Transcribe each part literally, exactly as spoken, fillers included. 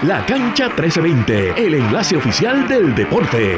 La Cancha trece veinte, el enlace oficial del deporte.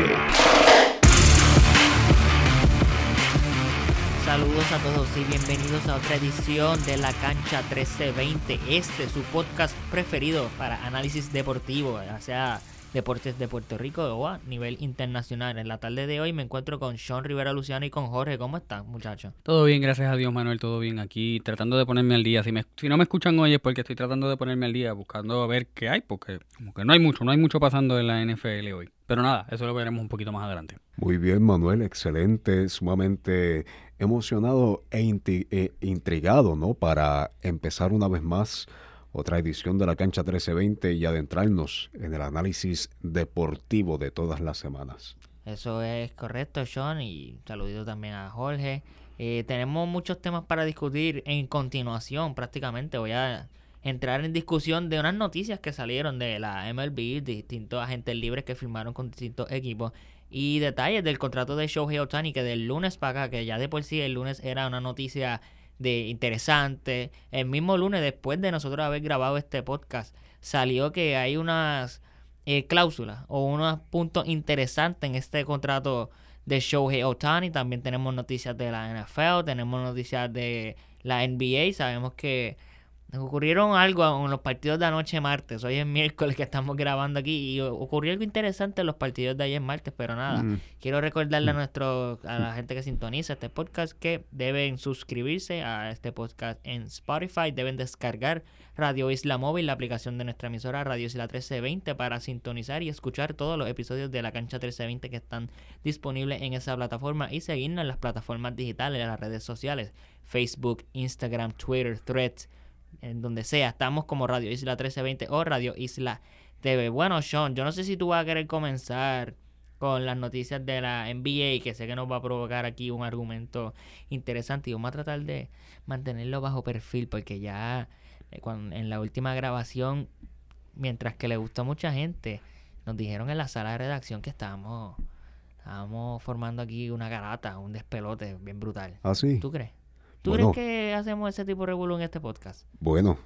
Saludos a todos y bienvenidos a otra edición de La Cancha trece veinte. Este es su podcast preferido para análisis deportivo, ya sea deportes de Puerto Rico o a nivel internacional. En la tarde de hoy me encuentro con Sean Rivera Luciano y con Jorge. ¿Cómo están, muchachos? Todo bien, gracias a Dios, Manuel, todo bien aquí, tratando de ponerme al día. Si, me, si no me escuchan hoy es porque estoy tratando de ponerme al día, buscando a ver qué hay, porque como que no hay mucho, no hay mucho pasando en la N F L hoy. Pero nada, eso lo veremos un poquito más adelante. Muy bien, Manuel, excelente, sumamente emocionado e, inti- e intrigado, ¿no? Para empezar una vez más otra edición de La Cancha trece veinte y adentrarnos en el análisis deportivo de todas las semanas. Eso es correcto, Sean, y saludito también a Jorge. Eh, tenemos muchos temas para discutir en continuación, prácticamente. Voy a entrar en discusión de unas noticias que salieron de la M L B, de distintos agentes libres que firmaron con distintos equipos, y detalles del contrato de Shohei Ohtani, que del lunes para acá, que ya de por sí el lunes era una noticia de interesante. El mismo lunes, después de nosotros haber grabado este podcast, salió que hay unas eh, cláusulas o unos puntos interesantes en este contrato de Shohei Ohtani. También tenemos noticias de la N F L, tenemos noticias de la N B A. Sabemos que ocurrieron algo en los partidos de anoche martes. Hoy es miércoles que estamos grabando aquí y ocurrió algo interesante en los partidos de ayer martes, pero nada, mm. quiero recordarle a nuestro a la gente que sintoniza este podcast que deben suscribirse a este podcast en Spotify, deben descargar Radio Isla Móvil, la aplicación de nuestra emisora Radio Isla trece veinte, para sintonizar y escuchar todos los episodios de La Cancha trece veinte que están disponibles en esa plataforma, y seguirnos en las plataformas digitales, en las redes sociales, Facebook, Instagram, Twitter, Threads, en donde sea. Estamos como Radio Isla trece veinte o Radio Isla T V. Bueno, Sean, yo no sé si tú vas a querer comenzar con las noticias de la N B A, que sé que nos va a provocar aquí un argumento interesante, y vamos a tratar de mantenerlo bajo perfil, porque ya eh, cuando, en la última grabación, mientras que le gustó a mucha gente, nos dijeron en la sala de redacción que estábamos, estábamos formando aquí una garata, un despelote bien brutal. ¿Ah, sí? ¿Tú crees? ¿Tú bueno, crees que hacemos ese tipo de revuelo en este podcast? Bueno,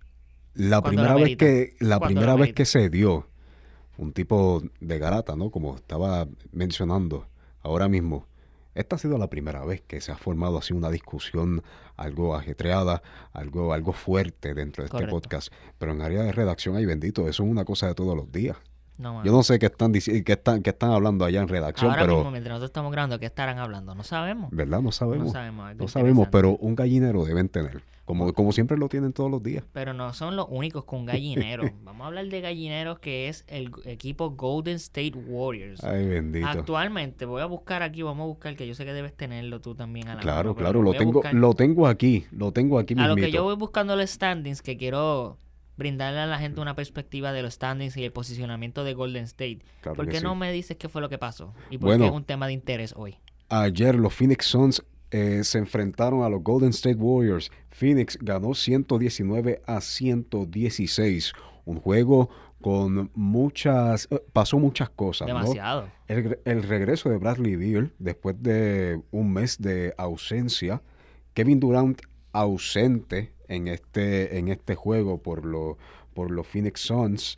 la primera vez que la primera vez que se dio un tipo de garata, ¿no? Como estaba mencionando ahora mismo, esta ha sido la primera vez que se ha formado así una discusión algo ajetreada, algo algo fuerte dentro de Correcto. este podcast. Pero en área de redacción, ay bendito, eso es una cosa de todos los días. No, Yo no sé qué están diciendo, qué están, qué están hablando allá en redacción, ahora pero mismo, mientras nosotros estamos grabando, ¿qué estarán hablando? No sabemos. ¿verdad? No sabemos. No sabemos. algo No sabemos, interesante. pero un gallinero deben tener, como, como siempre lo tienen todos los días. Pero no son los únicos con gallineros. Vamos a hablar de gallineros, que es el equipo Golden State Warriors. Ay, bendito. Actualmente, voy a buscar aquí, vamos a buscar, que yo sé que debes tenerlo tú también a la Claro, mano, pero claro, lo voy a tengo, buscar. lo tengo aquí, lo tengo aquí A lo que mismito. yo voy buscando los standings, que quiero brindarle a la gente una perspectiva de los standings y el posicionamiento de Golden State. Claro ¿Por que qué sí. no me dices qué fue lo que pasó? ¿Y por Bueno, qué es un tema de interés hoy? Ayer los Phoenix Suns eh, se enfrentaron a los Golden State Warriors. Phoenix ganó ciento diecinueve a ciento dieciséis. Un juego con muchas... Eh, pasó muchas cosas, Demasiado. ¿no? El, el regreso de Bradley Beal después de un mes de ausencia. Kevin Durant ausente en este, en este juego por, lo, por los Phoenix Suns.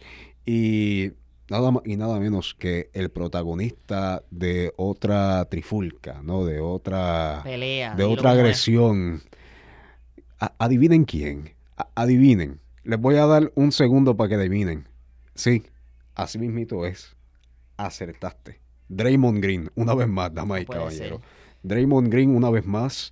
Y nada más y nada menos que el protagonista de otra trifulca, ¿no? De otra Pelea. de dilo otra como es. agresión. A- adivinen quién. A- adivinen. Les voy a dar un segundo para que adivinen. Sí, así mismito es. Acertaste. Draymond Green, una vez más, damas y No puede caballeros. ser. Draymond Green, una vez más,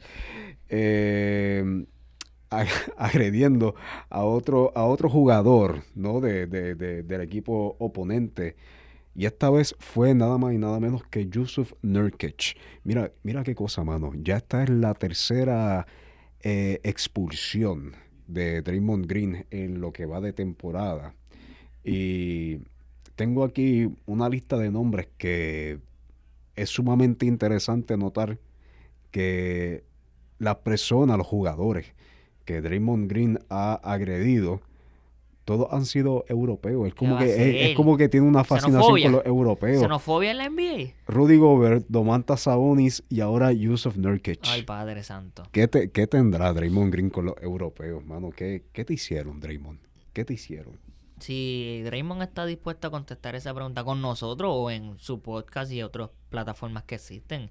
eh, ag- agrediendo a otro, a otro jugador, ¿no? de, de, de- del equipo oponente. Y esta vez fue nada más y nada menos que Jusuf Nurkic. Mira, mira qué cosa, mano. Ya esta es la tercera eh, expulsión de Draymond Green en lo que va de temporada. Y tengo aquí una lista de nombres que es sumamente interesante notar que las personas, los jugadores que Draymond Green ha agredido, todos han sido europeos. Es ¿Qué como va a que ser? es, es como que tiene una fascinación Xenofobia. con los europeos. ¿Xenofobia en la N B Rudy Gobert, Domantas Sabonis y ahora Jusuf Nurkic. A? Ay, Padre Santo. ¿Qué, te, ¿Qué tendrá Draymond Green con los europeos, mano? ¿Qué, qué te hicieron, Draymond? ¿Qué te hicieron? si Draymond está dispuesto a contestar esa pregunta con nosotros o en su podcast y otras plataformas que existen,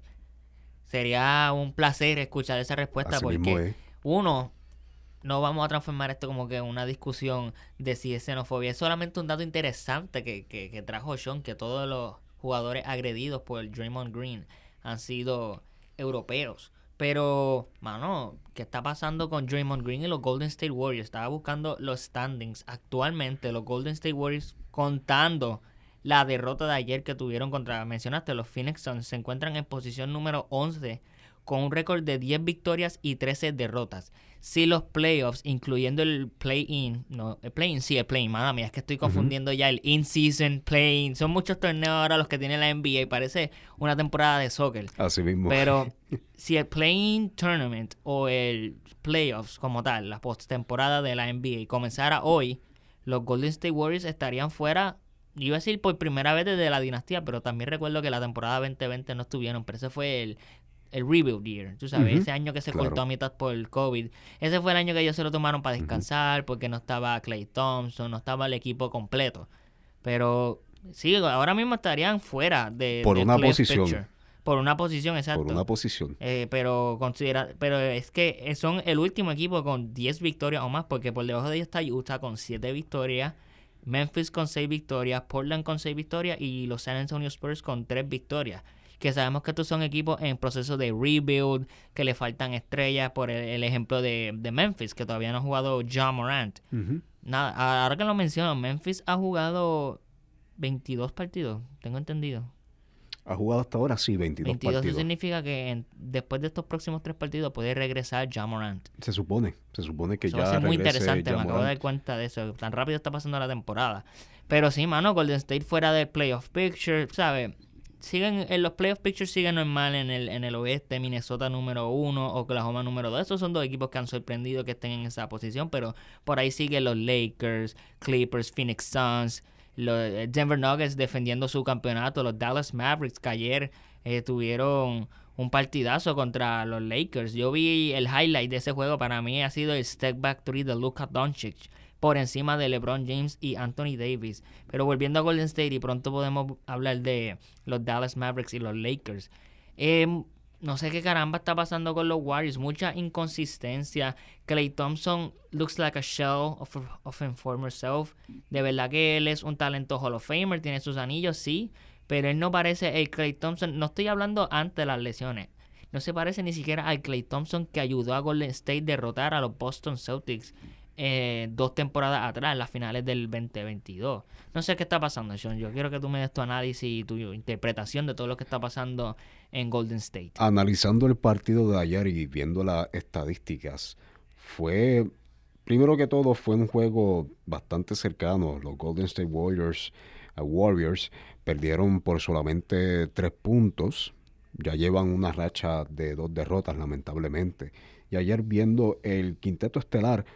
sería un placer escuchar esa respuesta. Así mismo porque es. uno, no vamos a transformar esto como que una discusión de si es xenofobia. Es solamente un dato interesante que, que, que trajo Sean, que todos los jugadores agredidos por Draymond Green han sido europeos. Pero, mano, ¿qué está pasando con Draymond Green y los Golden State Warriors? Estaba buscando los standings. Actualmente, los Golden State Warriors, contando la derrota de ayer que tuvieron contra, mencionaste, los Phoenix Suns, se encuentran en posición número once con un récord de diez victorias y trece derrotas. Si los playoffs, incluyendo el play-in, no, el play-in, sí, el play-in, madre mía, es que estoy confundiendo uh-huh. ya el in-season, play-in. Son muchos torneos ahora los que tiene la N B A, parece una temporada de soccer. Así mismo. Pero si el play-in tournament o el playoffs como tal, la postemporada de la N B A, comenzara hoy, los Golden State Warriors estarían fuera, iba a decir por primera vez desde la dinastía, pero también recuerdo que la temporada veinte veinte no estuvieron, pero ese fue el... el rebuild year, tú sabes, uh-huh. ese año que se claro. cortó a mitad por el COVID. Ese fue el año que ellos se lo tomaron para descansar, uh-huh. porque no estaba Klay Thompson, no estaba el equipo completo. Pero sí, ahora mismo estarían fuera de por de una posición. Picture. Por una posición, exacto. Por una posición. Eh, pero considera, pero es que son el último equipo con diez victorias o más, porque por debajo de ellos está Utah con siete victorias, Memphis con seis victorias, Portland con seis victorias y los San Antonio Spurs con tres victorias. Que sabemos que estos son equipos en proceso de rebuild, que le faltan estrellas, por el, el ejemplo de, de Memphis, que todavía no ha jugado Ja Morant. Uh-huh. Nada, ahora que lo menciono, Memphis ha jugado veintidós partidos, tengo entendido. Ha jugado hasta ahora, sí, veintidós, veintidós partidos. Eso significa que en, después de estos próximos tres partidos puede regresar Ja Morant. Se supone, se supone que eso ya va a ser muy regrese interesante, Ja me acabo de dar cuenta de eso. Tan rápido está pasando la temporada. Pero sí, mano, Golden State fuera del playoff picture, ¿sabes? Siguen en los playoff pictures, siguen normal en el en el oeste. Minnesota número uno, Oklahoma número dos. Esos son dos equipos que han sorprendido que estén en esa posición, pero por ahí siguen los Lakers, Clippers, Phoenix Suns, los Denver Nuggets defendiendo su campeonato, los Dallas Mavericks que ayer eh, tuvieron un partidazo contra los Lakers. Yo vi el highlight de ese juego, para mí ha sido el step back three de Luka Doncic por encima de LeBron James y Anthony Davis. Pero volviendo a Golden State, y pronto podemos hablar de los Dallas Mavericks y los Lakers. Eh, no sé qué caramba está pasando con los Warriors. Mucha inconsistencia. Klay Thompson looks like a shell of, of a former self. De verdad que él es un talento Hall of Famer, tiene sus anillos, sí, pero él no parece el Klay Thompson. No estoy hablando antes de las lesiones. No se parece ni siquiera al Klay Thompson que ayudó a Golden State a derrotar a los Boston Celtics Eh, dos temporadas atrás, en las finales del veinte veintidós. No sé qué está pasando, Sean. Yo quiero que tú me des tu análisis y tu interpretación de todo lo que está pasando en Golden State. Analizando el partido de ayer y viendo las estadísticas, fue, primero que todo, fue un juego bastante cercano. Los Golden State Warriors, uh, Warriors perdieron por solamente tres puntos. Ya llevan una racha de dos derrotas, lamentablemente. Y ayer, viendo el quinteto estelar,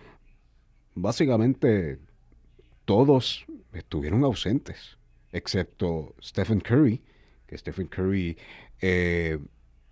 básicamente todos estuvieron ausentes, excepto Stephen Curry, que Stephen Curry eh,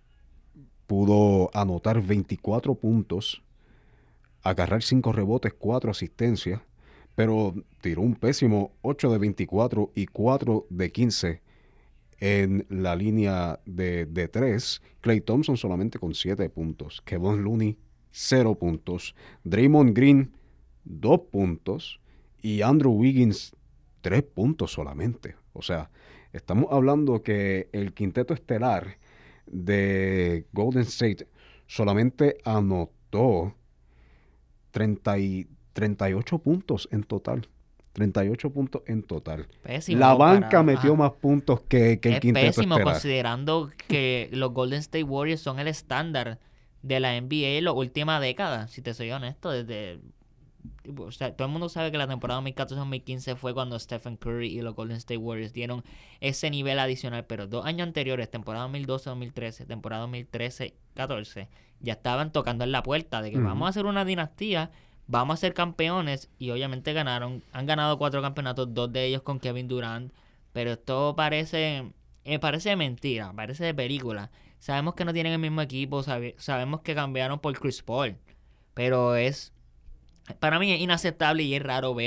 pudo anotar veinticuatro puntos, agarrar cinco rebotes, cuatro asistencias, pero tiró un pésimo ocho de veinticuatro y cuatro de quince en la línea de, de tres. Klay Thompson solamente con siete puntos, Kevon Looney cero puntos, Draymond Green dos puntos y Andrew Wiggins tres puntos solamente. O sea, estamos hablando que el quinteto estelar de Golden State solamente anotó treinta y, treinta y ocho puntos en total. treinta y ocho puntos en total. Pésimo, la banca para, metió ajá. más puntos que, que el es quinteto pésimo, estelar. Considerando que los Golden State Warriors son el estándar de la N B A en la última década, si te soy honesto, desde... O sea, todo el mundo sabe que la temporada dos mil catorce dos mil quince fue cuando Stephen Curry y los Golden State Warriors dieron ese nivel adicional, pero dos años anteriores, temporada dos mil doce dos mil trece, temporada dos mil trece catorce, ya estaban tocando en la puerta de que uh-huh. vamos a hacer una dinastía, vamos a ser campeones, y obviamente ganaron, han ganado cuatro campeonatos, dos de ellos con Kevin Durant, pero esto parece, eh, parece mentira, parece de película. Sabemos que no tienen el mismo equipo, sabe, sabemos que cambiaron por Chris Paul, pero es... Para mí es inaceptable y es raro ver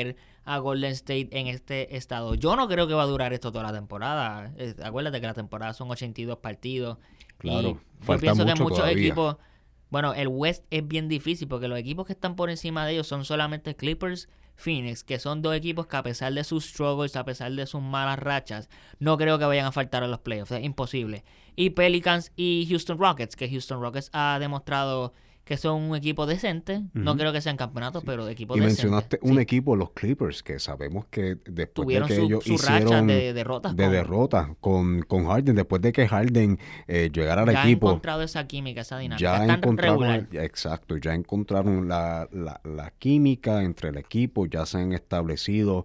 a Golden State en este estado. Yo no creo que va a durar esto toda la temporada. Eh, acuérdate que la temporada son ochenta y dos partidos. Claro, y yo falta pienso mucho que muchos todavía. equipos... Bueno, el West es bien difícil porque los equipos que están por encima de ellos son solamente Clippers, Phoenix, que son dos equipos que a pesar de sus struggles, a pesar de sus malas rachas, no creo que vayan a faltar a los playoffs. Es imposible. Y Pelicans y Houston Rockets, que Houston Rockets ha demostrado que son un equipo decente. No Ujú. creo que sean campeonatos, pero equipos Y decentes. mencionaste un Sí. equipo, los Clippers, que sabemos que después Tuvieron de que su, ellos su racha hicieron de derrotas. de con- derrota con, con Harden, después de que Harden eh, llegara al ya han equipo, encontrado esa química, esa dinámica. ya Están encontraron, regular. ya- exacto, ya encontraron la, la, la química entre el equipo, ya se han establecido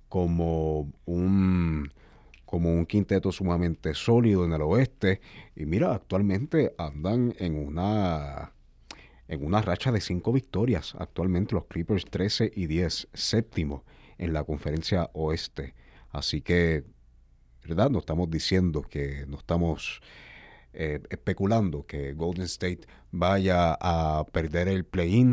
como un como un quinteto sumamente sólido en el oeste. Y mira, actualmente andan en una en una racha de cinco victorias. Actualmente los Clippers trece y diez, séptimo en la conferencia oeste. Así que, ¿verdad? No estamos diciendo que no estamos eh, especulando que Golden State vaya a perder el play-in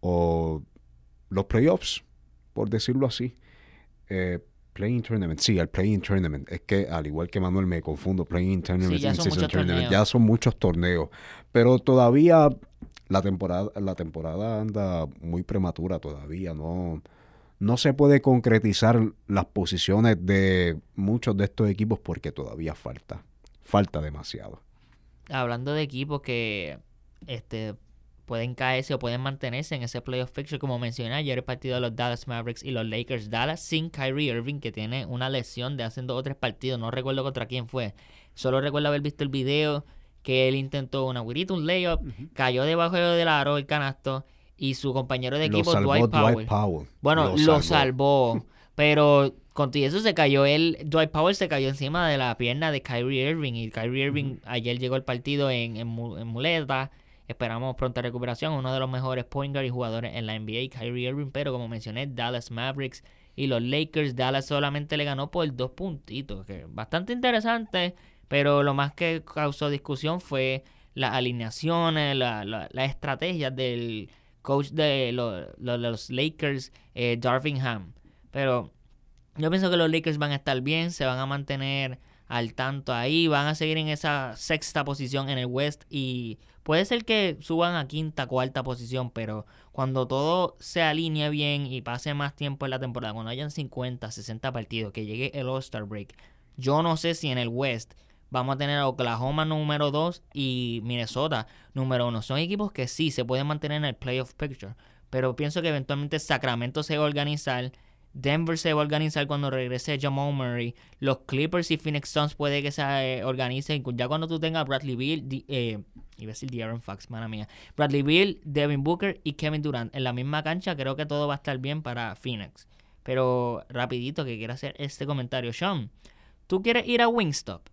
o los playoffs, por decirlo así. Eh, Play-in Tournament, sí, el Play-in Tournament. Es que al igual que Manuel me confundo, Play-in Tournament Sí, ya y son Season muchos Tournament. torneos. Ya son muchos torneos. Pero todavía la temporada, la temporada anda muy prematura todavía. No, no se puede concretizar las posiciones de muchos de estos equipos porque todavía falta. Falta demasiado. Hablando de equipos que este pueden caerse o pueden mantenerse en ese playoff picture, como mencioné ayer, el partido de los Dallas Mavericks y los Lakers. Dallas sin Kyrie Irving, que tiene una lesión de hace dos o tres partidos, no recuerdo contra quién fue. Solo recuerdo haber visto el video que él intentó una güirita, un layup, uh-huh. cayó debajo del aro, el canasto, y su compañero de equipo, lo salvó Dwight Powell. Dwight Powell. Bueno, lo, lo salvó, salvó pero con todo eso se cayó él, Dwight Powell se cayó encima de la pierna de Kyrie Irving, y Kyrie Irving uh-huh. ayer llegó al partido en, en, en muleta. Esperamos pronta recuperación. Uno de los mejores point guard y jugadores en la N B A, Kyrie Irving. Pero como mencioné, Dallas Mavericks y los Lakers. Dallas solamente le ganó por dos puntitos, que bastante interesante. Pero lo más que causó discusión fue las alineaciones, la, la, la estrategia del coach de los, los, los Lakers, eh, Darvin Ham. Pero yo pienso que los Lakers van a estar bien, se van a mantener al tanto ahí, van a seguir en esa sexta posición en el West y puede ser que suban a quinta, cuarta posición, pero cuando todo se alinee bien y pase más tiempo en la temporada, cuando hayan cincuenta, sesenta partidos, que llegue el All-Star Break, yo no sé si en el West vamos a tener a Oklahoma número dos y Minnesota número uno. Son equipos que sí se pueden mantener en el playoff picture, pero pienso que eventualmente Sacramento se va a organizar, Denver se va a organizar cuando regrese Jamal Murray, los Clippers y Phoenix Suns puede que se eh, organicen ya cuando tú tengas Bradley Beal, di, eh, iba a decir De'Aaron Fox, mala mía, Bradley Beal, Devin Booker y Kevin Durant en la misma cancha. Creo que todo va a estar bien para Phoenix. Pero rapidito que quiero hacer este comentario. Sean, ¿tú quieres ir a Wingstop?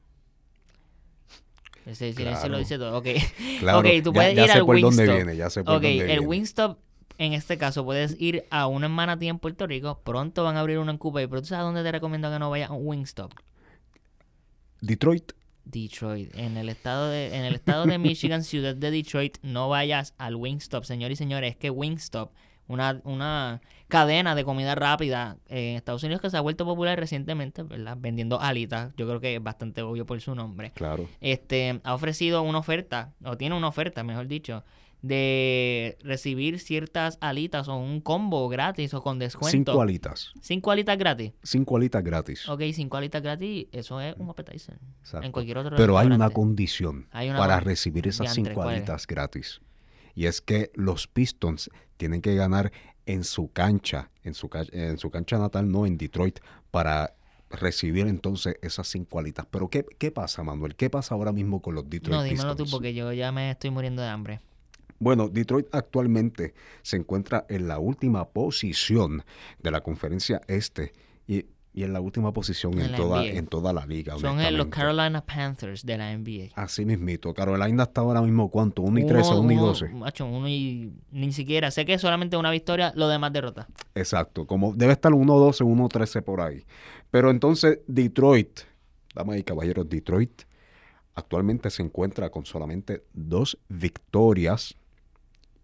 Ese silencio claro. lo dice todo. Ok, claro. okay tú puedes ya, ya ir sé al por Wingstop. Dónde viene, ya sé por ok, dónde el viene. Wingstop, en este caso, puedes ir a uno en Manatí en Puerto Rico. Pronto van a abrir uno en Cuba. Pero ¿tú sabes dónde te recomiendo que no vayas a un Wingstop? Detroit. Detroit. En el estado de, en el estado de Michigan, ciudad de Detroit, no vayas al Wingstop, señores y señores. Es que Wingstop, una, una cadena de comida rápida en Estados Unidos que se ha vuelto popular recientemente, ¿verdad? Vendiendo alitas. Yo creo que es bastante obvio por su nombre. Claro. Este, ha ofrecido una oferta, o tiene una oferta, mejor dicho, de recibir ciertas alitas o un combo gratis o con descuento. Cinco alitas. Cinco alitas gratis. Cinco alitas gratis. Ok, cinco alitas gratis, eso es un appetizer. Exacto. En cualquier otro Pero hay una restaurante. condición Hay una para con- recibir esas Diantre, cinco ¿cuál es? alitas gratis. Y es que los Pistons tienen que ganar en su cancha, en su, ca- en su cancha natal, no en Detroit, para recibir entonces esas cinco alitas. Pero ¿qué, qué pasa, Manuel? ¿Qué pasa ahora mismo con los Detroit No, dímelo Pistons? tú porque yo ya me estoy muriendo de hambre. Bueno, Detroit actualmente se encuentra en la última posición de la conferencia este y, y en la última posición En en la toda, N B A. en toda la liga. Son eh, los honestamente. Carolina Panthers de la N B A. Así mismito. Carolina está ahora mismo, ¿cuánto? uno y trece, uno y doce. Macho, uno y ni siquiera. Sé que es solamente una victoria, lo demás derrota. Exacto. Como debe estar uno doce, uno trece por ahí. Pero entonces Detroit, damas y caballeros, Detroit actualmente se encuentra con solamente dos victorias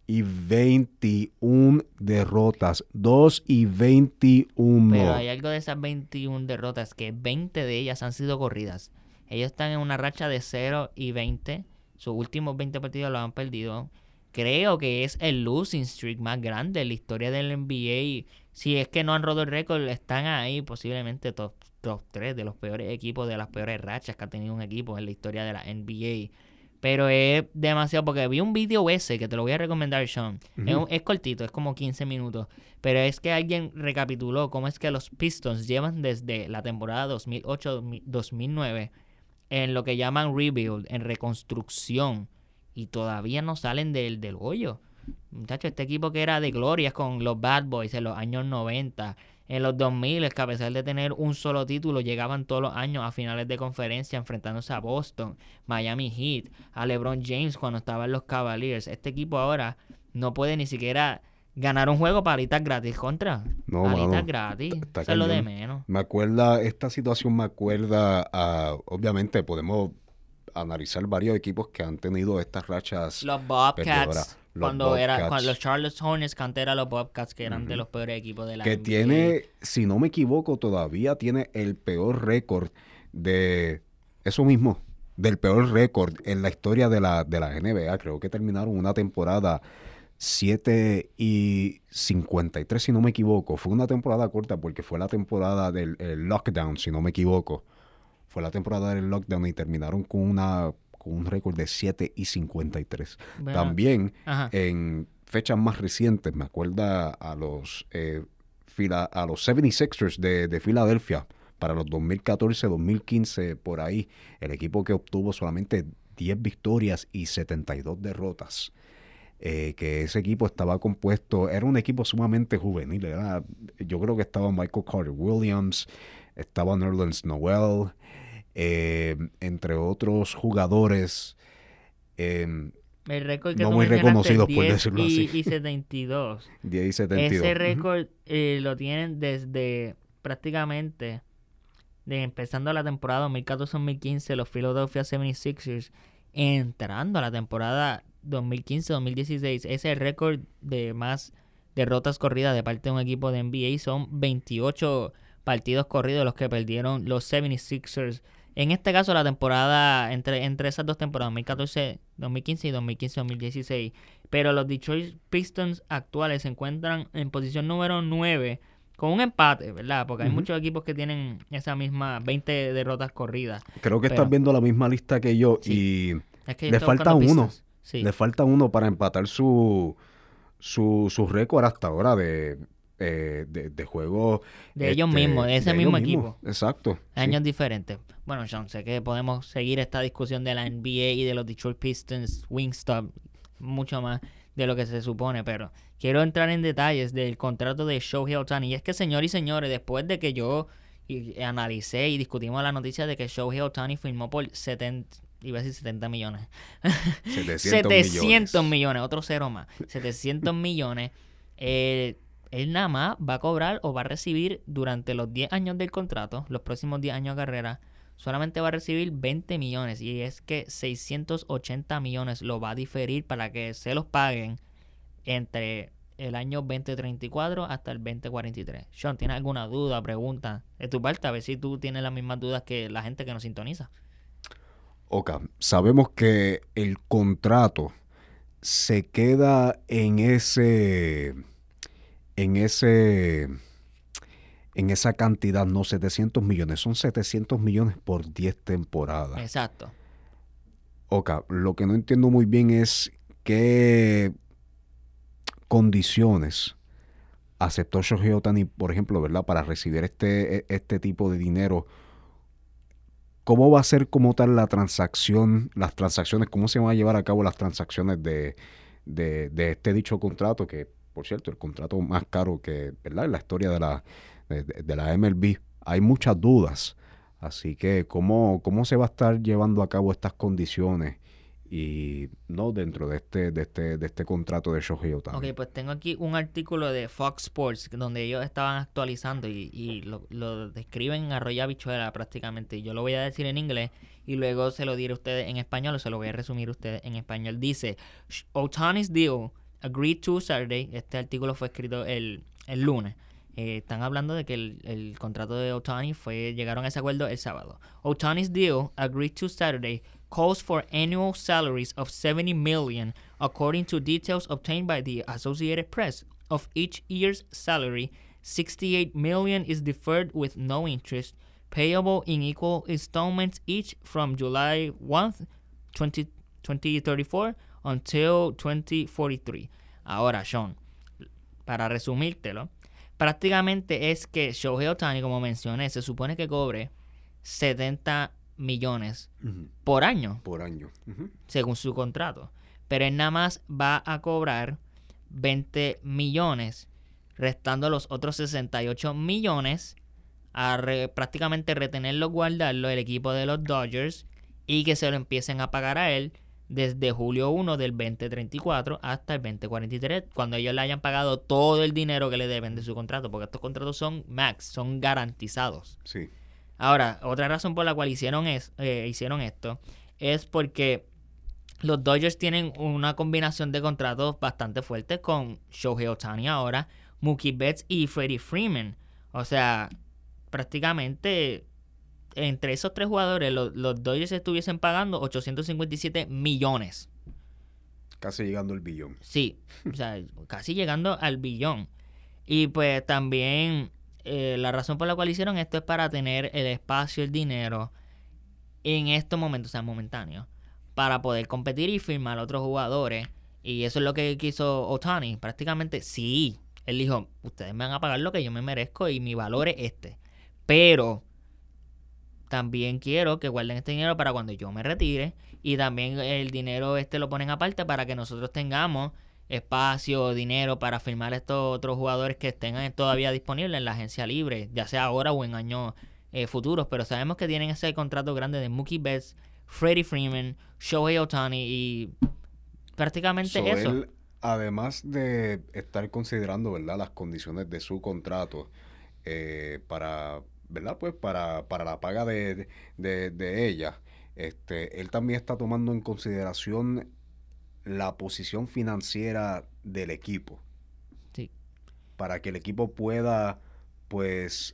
y veintiuna derrotas. dos y veintiuno. Pero hay algo de esas veintiuna derrotas que veinte de ellas han sido corridas. Ellos están en una racha de cero y veinte. Sus últimos veinte partidos los han perdido. Creo que es el losing streak más grande en la historia del N B A. Si es que no han roto el récord, están ahí posiblemente top, top tres de los peores equipos, de las peores rachas que ha tenido un equipo en la historia de la N B A. Pero es demasiado, porque vi un video ese que te lo voy a recomendar, Sean. Uh-huh. Es, un, es cortito, es como quince minutos. Pero es que alguien recapituló cómo es que los Pistons llevan desde la temporada dos mil ocho dos mil nueve en lo que llaman rebuild, en reconstrucción. Y todavía no salen del, del hoyo. Muchachos, este equipo que era de glorias con los Bad Boys en los años noventa, en los dos mil, que a pesar de tener un solo título, llegaban todos los años a finales de conferencia enfrentándose a Boston, Miami Heat, a LeBron James cuando estaba en los Cavaliers. Este equipo ahora no puede ni siquiera ganar un juego para alitas gratis contra. No, alitas mano, gratis, está eso es lo de cañón. menos. Me acuerda, esta situación me acuerda a, obviamente podemos analizar varios equipos que han tenido estas rachas Los Bobcats, los cuando Bobcats. era cuando los Charlotte Hornets, que eran los Bobcats, que eran uh-huh. de los peores equipos de la que N B A. tiene, si no me equivoco, todavía tiene el peor récord de eso mismo, del peor récord en la historia de la, de la N B A. Creo que terminaron una temporada siete y cincuenta y tres, si no me equivoco. Fue una temporada corta porque fue la temporada del lockdown, si no me equivoco. Fue la temporada del lockdown y terminaron con una con un récord de siete y cincuenta y tres. Bueno, también ajá. En fechas más recientes, me acuerda a los eh, fila, a los setenta y seis ers de, de Filadelfia para los dos mil catorce dos mil quince, por ahí, el equipo que obtuvo solamente diez victorias y setenta y dos derrotas. Eh, que ese equipo estaba compuesto, era un equipo sumamente juvenil, era, yo creo que estaba Michael Carter Williams, estaba Nerlens Noel, eh, entre otros jugadores eh, el récord que no muy reconocidos, por decirlo así. Y setenta y dos. diez y setenta y dos. Ese récord uh-huh. eh, lo tienen desde prácticamente de empezando la temporada dos mil catorce dos mil quince, los Philadelphia setenta y seis ers, entrando a la temporada dos mil quince dos mil dieciséis. Ese récord de más derrotas corridas de parte de un equipo de N B A son veintiocho partidos corridos los que perdieron los setenta y seis ers. En este caso, la temporada, entre, entre esas dos temporadas, dos mil catorce dos mil quince y dos mil quince dos mil dieciséis. Pero los Detroit Pistons actuales se encuentran en posición número nueve con un empate, ¿verdad? Porque hay uh-huh. muchos equipos que tienen esa misma veinte derrotas corridas. Creo que pero, estás viendo la misma lista que yo sí. y es que le falta uno. Sí. Le falta uno para empatar su, su, su récord hasta ahora de... Eh, de, de juego de ellos este, mismos, de ese de mismo equipo. Mismos. Exacto. Años sí. diferentes. Bueno, John, sé que podemos seguir esta discusión de la N B A y de los Detroit Pistons, Wingstop, mucho más de lo que se supone, pero quiero entrar en detalles del contrato de Shohei Ohtani. Y es que, señores y señores, después de que yo y, analicé y discutimos la noticia de que Shohei Ohtani firmó por setenta, iba a decir setenta millones. setecientos, setecientos millones, otro cero más. setecientos millones. Eh, él nada más va a cobrar o va a recibir durante los diez años del contrato, los próximos diez años de carrera, solamente va a recibir veinte millones. Y es que seiscientos ochenta millones lo va a diferir para que se los paguen entre el año veinte treinta y cuatro hasta el veinte cuarenta y tres. Sean, ¿tienes alguna duda, pregunta de tu parte? A ver si tú tienes las mismas dudas que la gente que nos sintoniza. Ok, sabemos que el contrato se queda en ese... en ese en esa cantidad, no setecientos millones, son setecientos millones por diez temporadas. Exacto. Ok, lo que no entiendo muy bien es qué condiciones aceptó Shohei Ohtani, por ejemplo, ¿verdad? Para recibir este, este tipo de dinero. ¿Cómo va a ser como tal la transacción, las transacciones, cómo se van a llevar a cabo las transacciones de, de, de este dicho contrato que, por cierto, el contrato más caro que, ¿verdad?, en la historia de la, de, de la M L B. Hay muchas dudas. Así que, ¿cómo, cómo se va a estar llevando a cabo estas condiciones y no dentro de este, de este, de este contrato de Shohei Ohtani? Ok, pues tengo aquí un artículo de Fox Sports donde ellos estaban actualizando y, y lo, lo describen en arroyo habichuela prácticamente. Y yo lo voy a decir en inglés y luego se lo diré a ustedes en español o se lo voy a resumir a ustedes en español. Dice, Ohtani's deal agreed to Saturday. Este artículo fue escrito el, el lunes. Eh, están hablando de que el, el contrato de Ohtani fue, llegaron a ese acuerdo el sábado. Ohtani's deal, agreed to Saturday, calls for annual salaries of seventy million dollars, according to details obtained by the Associated Press. Of each year's salary, sixty-eight million dollars is deferred with no interest, payable in equal installments each from July first, twenty thirty-four until twenty forty-three. Ahora, Sean, para resumírtelo, prácticamente es que Shohei Ohtani, como mencioné, se supone que cobre setenta millones Uh-huh. por año, Por año. Uh-huh. según su contrato. Pero él nada más va a cobrar veinte millones, restando los otros sesenta y ocho millones a re- prácticamente retenerlo, guardarlo el equipo de los Dodgers y que se lo empiecen a pagar a él desde julio primero del veinte treinta y cuatro hasta el veinte cuarenta y tres, cuando ellos le hayan pagado todo el dinero que le deben de su contrato, porque estos contratos son max, son garantizados. Sí. Ahora, otra razón por la cual hicieron, es, eh, hicieron esto es porque los Dodgers tienen una combinación de contratos bastante fuertes con Shohei Ohtani ahora, Mookie Betts y Freddie Freeman. O sea, prácticamente entre esos tres jugadores los, los Dodgers estuviesen pagando ochocientos cincuenta y siete millones. Casi llegando al billón. Sí, o sea, casi llegando al billón. Y pues también eh, la razón por la cual hicieron esto es para tener el espacio, el dinero en estos momentos, o sea, momentáneos, para poder competir y firmar a otros jugadores. Y eso es lo que quiso Ohtani. Prácticamente, sí, él dijo, ustedes me van a pagar lo que yo me merezco y mi valor es este. Pero también quiero que guarden este dinero para cuando yo me retire. Y también el dinero este lo ponen aparte para que nosotros tengamos espacio, dinero para firmar estos otros jugadores que estén todavía disponibles en la agencia libre, ya sea ahora o en años eh, futuros. Pero sabemos que tienen ese contrato grande de Mookie Betts, Freddie Freeman, Shohei Ohtani y prácticamente So, eso. él, además de estar considerando, ¿verdad?, las condiciones de su contrato eh, para, ¿verdad?, pues para, para la paga de, de, de ella, este, él también está tomando en consideración la posición financiera del equipo. Sí. Para que el equipo pueda, pues,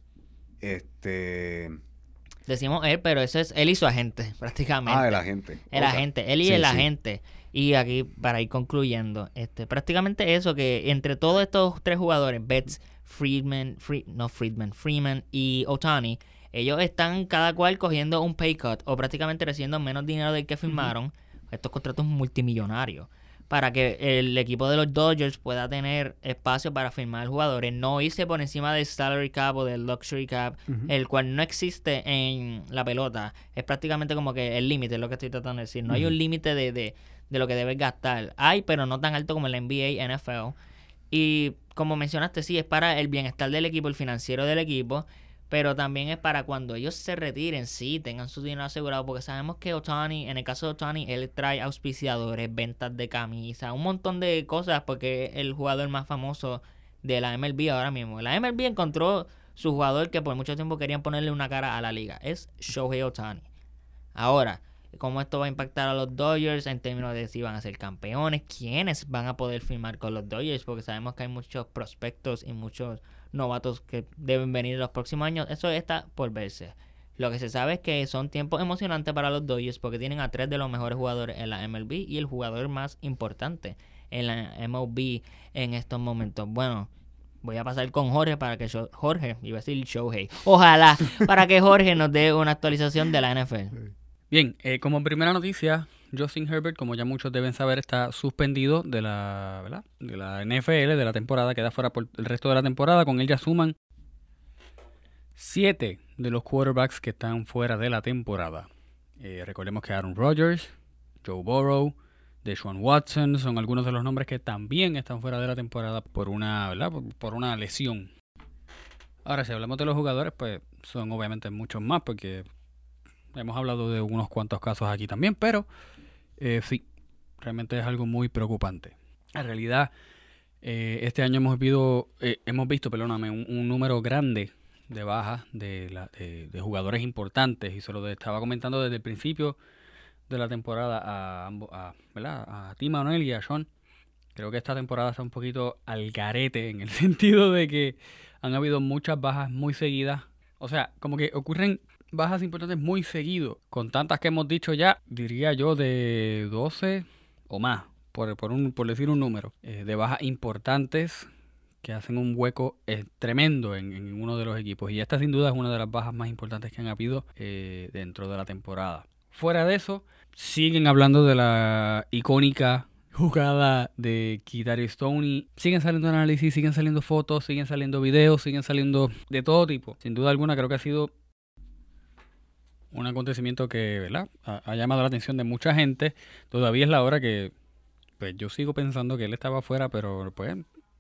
este... Decimos él, pero eso es él y su agente, prácticamente. Ah, el agente. El Okay. agente, él y Sí, el sí. agente. Y aquí, para ir concluyendo, este, prácticamente eso, que entre todos estos tres jugadores, Betts, Friedman, Free, no Friedman, Freeman y Ohtani, ellos están cada cual cogiendo un pay cut o prácticamente recibiendo menos dinero del que firmaron. Uh-huh. Estos contratos multimillonarios, para que el equipo de los Dodgers pueda tener espacio para firmar jugadores, no irse por encima del salary cap o del luxury cap, uh-huh. el cual no existe en la pelota. Es prácticamente como que el límite, es lo que estoy tratando de decir. No uh-huh. hay un límite de, de, de lo que debes gastar. Hay, pero no tan alto como en la N B A, N F L. Y como mencionaste, sí, es para el bienestar del equipo, el financiero del equipo, pero también es para cuando ellos se retiren, sí, tengan su dinero asegurado, porque sabemos que Ohtani, en el caso de Ohtani, él trae auspiciadores, ventas de camisas, un montón de cosas, porque es el jugador más famoso de la M L B ahora mismo. La M L B encontró su jugador que por mucho tiempo querían ponerle una cara a la liga, es Shohei Ohtani. Ahora, ¿cómo esto va a impactar a los Dodgers en términos de si van a ser campeones? ¿Quiénes van a poder firmar con los Dodgers? Porque sabemos que hay muchos prospectos y muchos novatos que deben venir en los próximos años. Eso está por verse. Lo que se sabe es que son tiempos emocionantes para los Dodgers porque tienen a tres de los mejores jugadores en la M L B y el jugador más importante en la M L B en estos momentos. Bueno, voy a pasar con Jorge para que yo, Jorge, iba a decir Shohei, ojalá, para que Jorge nos dé una actualización de la N F L. Bien, eh, como primera noticia, Justin Herbert, como ya muchos deben saber, está suspendido de la, ¿verdad?, de la N F L, de la temporada, queda fuera por el resto de la temporada. Con él ya suman siete de los quarterbacks que están fuera de la temporada. Eh, recordemos que Aaron Rodgers, Joe Burrow, Deshaun Watson son algunos de los nombres que también están fuera de la temporada por una, ¿verdad?, por, por una lesión. Ahora, si hablamos de los jugadores, pues son obviamente muchos más, porque hemos hablado de unos cuantos casos aquí también, pero eh, sí, realmente es algo muy preocupante. En realidad, eh, este año hemos visto, eh, hemos visto, perdóname, un, un número grande de bajas de, la, de, de jugadores importantes, y se lo estaba comentando desde el principio de la temporada a ambos, a, ¿verdad?, a ti, Manuel, y a Sean, Creo que esta temporada está un poquito al garete en el sentido de que han habido muchas bajas muy seguidas. O sea, como que ocurren bajas importantes muy seguido. Con tantas que hemos dicho ya, diría yo de doce o más, por, por, un, por decir un número, eh, de bajas importantes que hacen un hueco eh, tremendo en, en uno de los equipos. Y esta sin duda es una de las bajas más importantes que han habido eh, dentro de la temporada. Fuera de eso, siguen hablando de la icónica jugada de Kadarius Toney. Siguen saliendo análisis, siguen saliendo fotos, siguen saliendo videos, siguen saliendo de todo tipo. Sin duda alguna creo que ha sido un acontecimiento que, ¿verdad?, ha, ha llamado la atención de mucha gente. Todavía es la hora que, pues yo sigo pensando que él estaba afuera, pero pues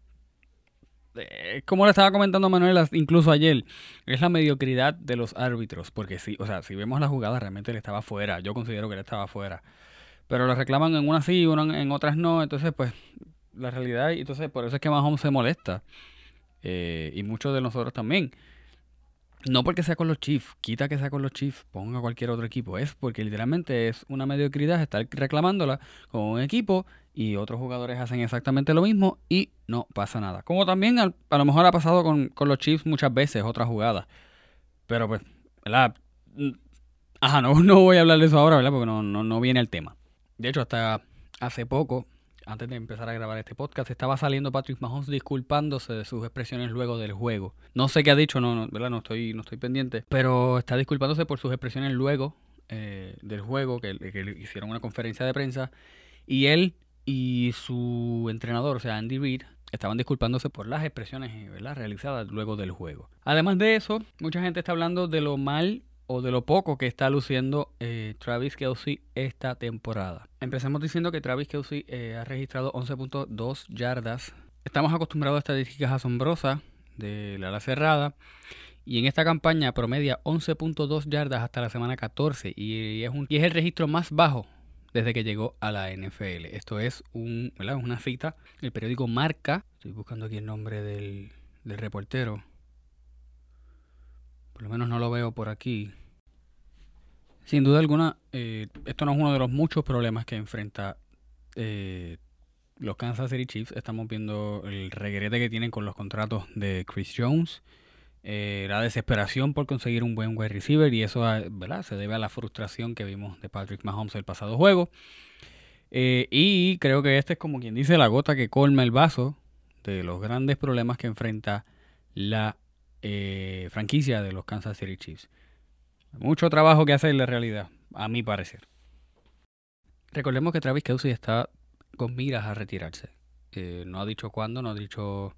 eh, como le estaba comentando a Manuel incluso ayer, es la mediocridad de los árbitros, porque sí, o sea, si vemos la jugada realmente él estaba afuera. Yo considero que él estaba afuera, pero lo reclaman en unas sí, una, en otras no. Entonces pues la realidad, y entonces por eso es que Mahomes se molesta, eh, y muchos de nosotros también. No porque sea con los Chiefs, quita que sea con los Chiefs, ponga cualquier otro equipo. Es porque literalmente es una mediocridad estar reclamándola con un equipo y otros jugadores hacen exactamente lo mismo y no pasa nada. Como también a, a lo mejor ha pasado con, con los Chiefs muchas veces, otras jugadas. Pero pues, ¿verdad? Ajá, no, no voy a hablar de eso ahora, ¿verdad? Porque no, no, no viene el tema. De hecho, hasta hace poco, antes de empezar a grabar este podcast, estaba saliendo Patrick Mahomes disculpándose de sus expresiones luego del juego. No sé qué ha dicho, no, no, ¿verdad? No estoy, no estoy pendiente, pero está disculpándose por sus expresiones luego eh, del juego, que, que le hicieron una conferencia de prensa, y él y su entrenador, o sea, Andy Reid, estaban disculpándose por las expresiones, ¿verdad?, realizadas luego del juego. Además de eso, mucha gente está hablando de lo mal o de lo poco que está luciendo eh, Travis Kelce esta temporada. Empecemos diciendo que Travis Kelce eh, ha registrado once punto dos yardas. Estamos acostumbrados a estadísticas asombrosas de la ala cerrada, y en esta campaña promedia once punto dos yardas hasta la semana catorce, y es, un, y es el registro más bajo desde que llegó a la N F L. Esto es un, ¿verdad?, una cita del periódico Marca. Estoy buscando aquí el nombre del, del reportero. Por lo menos no lo veo por aquí. Sin duda alguna, eh, esto no es uno de los muchos problemas que enfrenta eh, los Kansas City Chiefs. Estamos viendo el reguerete que tienen con los contratos de Chris Jones, eh, la desesperación por conseguir un buen wide receiver, y eso, ¿verdad?, se debe a la frustración que vimos de Patrick Mahomes el pasado juego. Eh, y creo que este es, como quien dice, la gota que colma el vaso de los grandes problemas que enfrenta la Eh, franquicia de los Kansas City Chiefs. Mucho trabajo que hacer en la realidad, a mi parecer. Recordemos que Travis Kelce está con miras a retirarse. Eh, no ha dicho cuándo, no ha dicho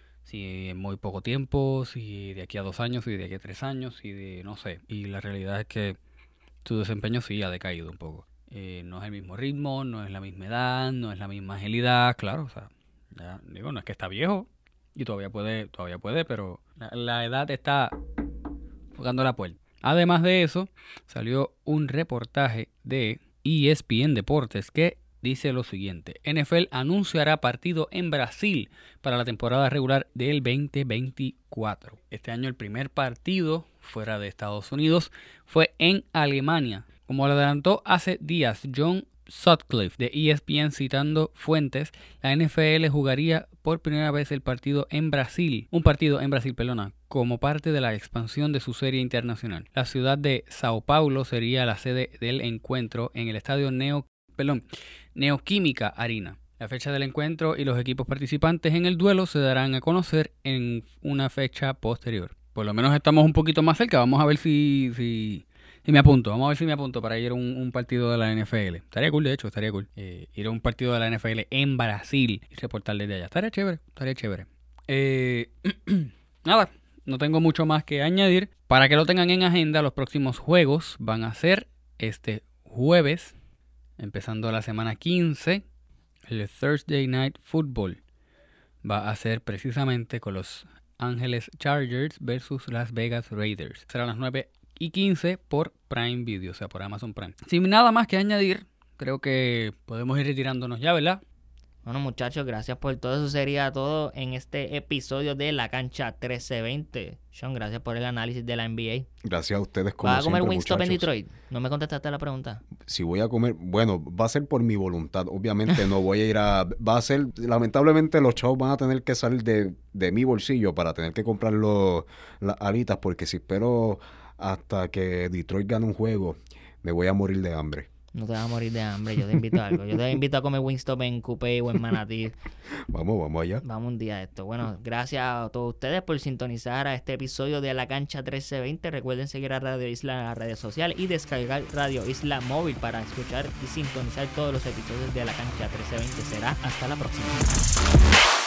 si en muy poco tiempo, si de aquí a dos años, si de aquí a tres años, si de no sé. Y la realidad es que su desempeño sí ha decaído un poco. Eh, no es el mismo ritmo, no es la misma edad, no es la misma agilidad, claro. O sea, ya, digo, no es que está viejo y todavía puede, todavía puede, pero la, la edad está jugando la puerta. Además de eso, salió un reportaje de E S P N Deportes que dice lo siguiente: N F L anunciará partido en Brasil para la temporada regular del veinte veinticuatro. Este año el primer partido fuera de Estados Unidos fue en Alemania. Como lo adelantó hace días John Sutcliffe de E S P N citando fuentes, la N F L jugaría por primera vez el partido en Brasil, un partido en Brasil, perdona, como parte de la expansión de su serie internacional. La ciudad de Sao Paulo sería la sede del encuentro en el estadio Neo, perdón, Neoquímica Arena. La fecha del encuentro y los equipos participantes en el duelo se darán a conocer en una fecha posterior. Por lo menos estamos un poquito más cerca. Vamos a ver si, si, si me apunto. Vamos a ver si me apunto para ir a un, un partido de la N F L. Estaría cool, de hecho, estaría cool. Eh, ir a un partido de la N F L en Brasil y reportar desde allá. Estaría chévere, estaría chévere. Eh, nada, no tengo mucho más que añadir. Para que lo tengan en agenda, los próximos juegos van a ser este jueves, empezando la semana quince. El Thursday Night Football va a ser precisamente con los Ángeles Chargers versus Las Vegas Raiders. Serán las nueve y quince por Prime Video, o sea, por Amazon Prime. Sin nada más que añadir, creo que podemos ir retirándonos ya, ¿verdad? Bueno, muchachos, gracias por todo. Eso sería todo en este episodio de La Cancha trece veinte. Sean, gracias por el análisis de la N B A. Gracias a ustedes, como ¿Vas a comer siempre, Wingstop en muchachos. Detroit? No me contestaste la pregunta. Si voy a comer, bueno, va a ser por mi voluntad. Obviamente no voy a ir a... Va a ser, lamentablemente los chavos van a tener que salir de, de mi bolsillo para tener que comprar los, las alitas, porque si espero hasta que Detroit gane un juego, me voy a morir de hambre. No te vas a morir de hambre, yo te invito a algo. Yo te invito a comer Wingstop en Coupé o en Manatí. Vamos, vamos allá. Vamos un día a esto. Bueno, gracias a todos ustedes por sintonizar a este episodio de La Cancha trece veinte. Recuerden seguir a Radio Isla en las redes sociales y descargar Radio Isla Móvil para escuchar y sintonizar todos los episodios de La Cancha trece veinte. Será hasta la próxima.